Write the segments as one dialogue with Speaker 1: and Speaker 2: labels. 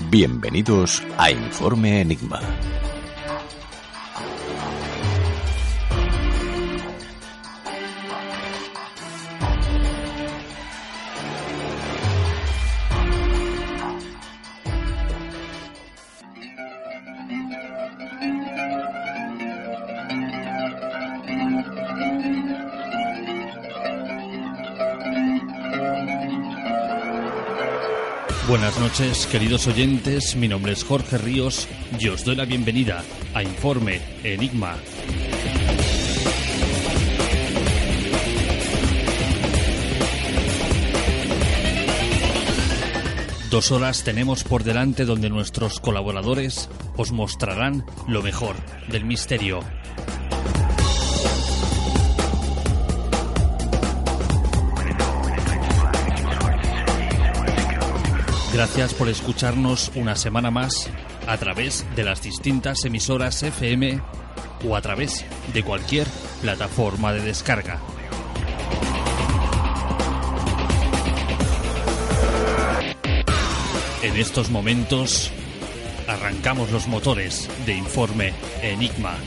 Speaker 1: Bienvenidos a Informe Enigma.
Speaker 2: Buenas noches, queridos oyentes, mi nombre es Jorge Ríos y os doy la bienvenida a Informe Enigma. Dos horas tenemos por delante donde nuestros colaboradores os mostrarán lo mejor del misterio. Gracias por escucharnos una semana más a través de las distintas emisoras FM o a través de cualquier plataforma de descarga. En estos momentos arrancamos los motores de Informe Enigma.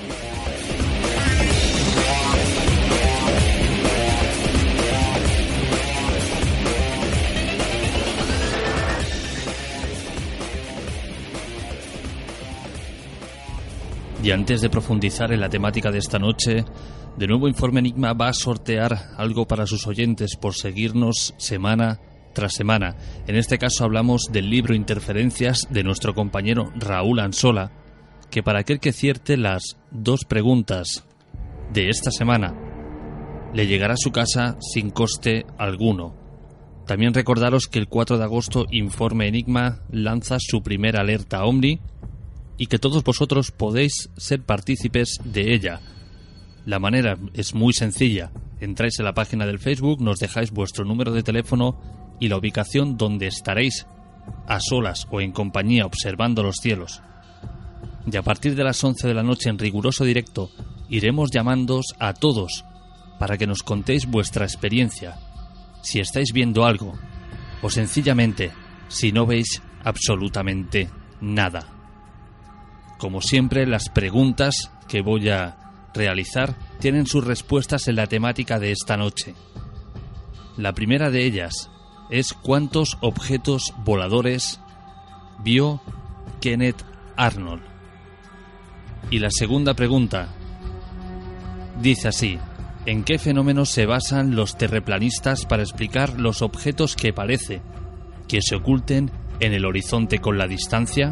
Speaker 2: Y antes de profundizar en la temática de esta noche, de nuevo Informe Enigma va a sortear algo para sus oyentes por seguirnos semana tras semana. En este caso hablamos del libro Interferencias de nuestro compañero Raúl Ansola, que para aquel que cierte las dos preguntas de esta semana, le llegará a su casa sin coste alguno. También recordaros que el 4 de agosto Informe Enigma lanza su primera alerta OVNI, y que todos vosotros podéis ser partícipes de ella. La manera es muy sencilla. Entráis en la página del Facebook, nos dejáis vuestro número de teléfono y la ubicación donde estaréis a solas o en compañía observando los cielos. Y a partir de las 11 de la noche en riguroso directo iremos llamándoos a todos para que nos contéis vuestra experiencia, si estáis viendo algo o sencillamente si no veis absolutamente nada. Como siempre, las preguntas que voy a realizar tienen sus respuestas en la temática de esta noche. La primera de ellas es ¿cuántos objetos voladores vio Kenneth Arnold? Y la segunda pregunta dice así: ¿en qué fenómenos se basan los terraplanistas para explicar los objetos que parece que se oculten en el horizonte con la distancia?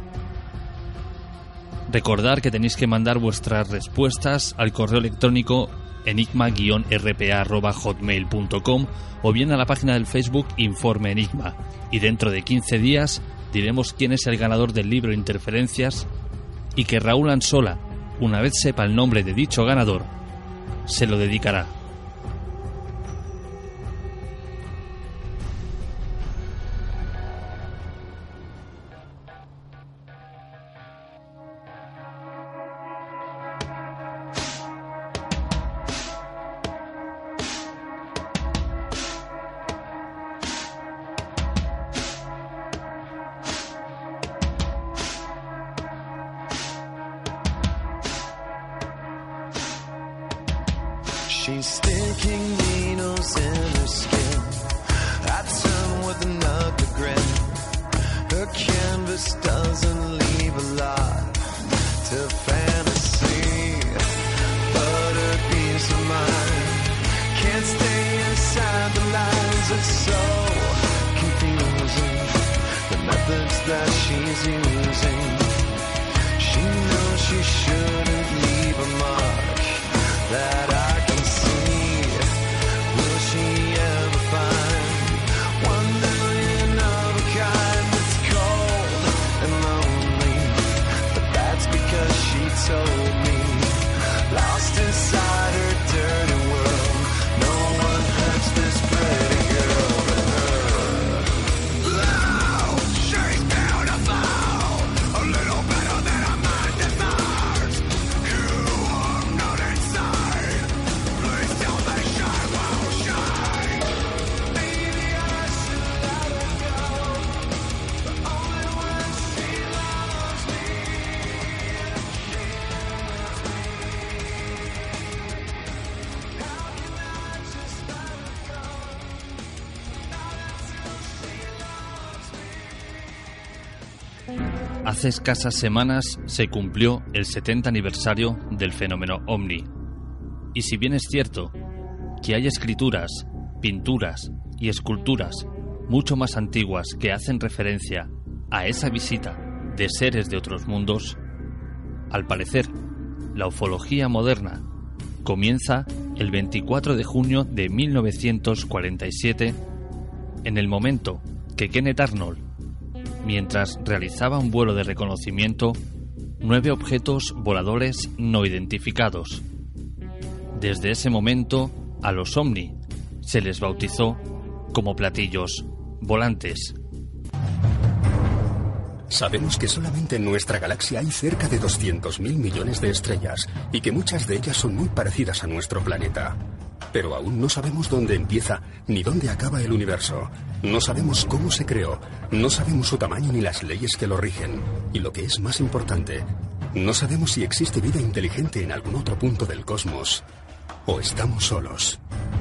Speaker 2: Recordad que tenéis que mandar vuestras respuestas al correo electrónico enigma-rpa@hotmail.com o bien a la página del Facebook Informe Enigma. Y dentro de 15 días diremos quién es el ganador del libro Interferencias y que Raúl Ansola, una vez sepa el nombre de dicho ganador, se lo dedicará.
Speaker 3: She's sticking needles in her skin. I turn with another grin. Her canvas doesn't leave a lot to fantasy, but her peace of mind can't stay inside the lines. It's so confusing, the methods that she's using. She knows she shouldn't leave a mark that I can see. Will she ever find 1 million of a kind that's cold and lonely? But that's because she told me, lost inside her dirty world, no one hurts this pretty girl but her. Oh, she's beautiful, a little better than a man deserves. You are not inside.
Speaker 2: Hace escasas semanas se cumplió el 70 aniversario del fenómeno OVNI. Y si bien es cierto que hay escrituras, pinturas y esculturas mucho más antiguas que hacen referencia a esa visita de seres de otros mundos, al parecer, la ufología moderna comienza el 24 de junio de 1947, en el momento que Kenneth Arnold, mientras realizaba un vuelo de reconocimiento, 9 objetos voladores no identificados. Desde ese momento, a los OVNI se les bautizó como platillos volantes.
Speaker 4: Sabemos que solamente en nuestra galaxia hay cerca de 200.000 millones de estrellas y que muchas de ellas son muy parecidas a nuestro planeta. Pero aún no sabemos dónde empieza ni dónde acaba el universo. No sabemos cómo se creó, no sabemos su tamaño ni las leyes que lo rigen. Y lo que es más importante, no sabemos si existe vida inteligente en algún otro punto del cosmos o estamos solos.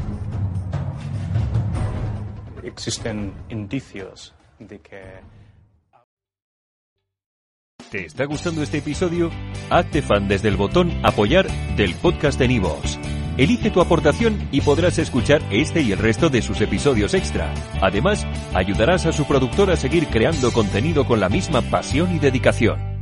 Speaker 5: Existen indicios de que...
Speaker 6: ¿Te está gustando este episodio? Hazte fan desde el botón Apoyar del podcast de Nivos. Elige tu aportación y podrás escuchar este y el resto de sus episodios extra. Además, ayudarás a su productor a seguir creando contenido con la misma pasión y dedicación.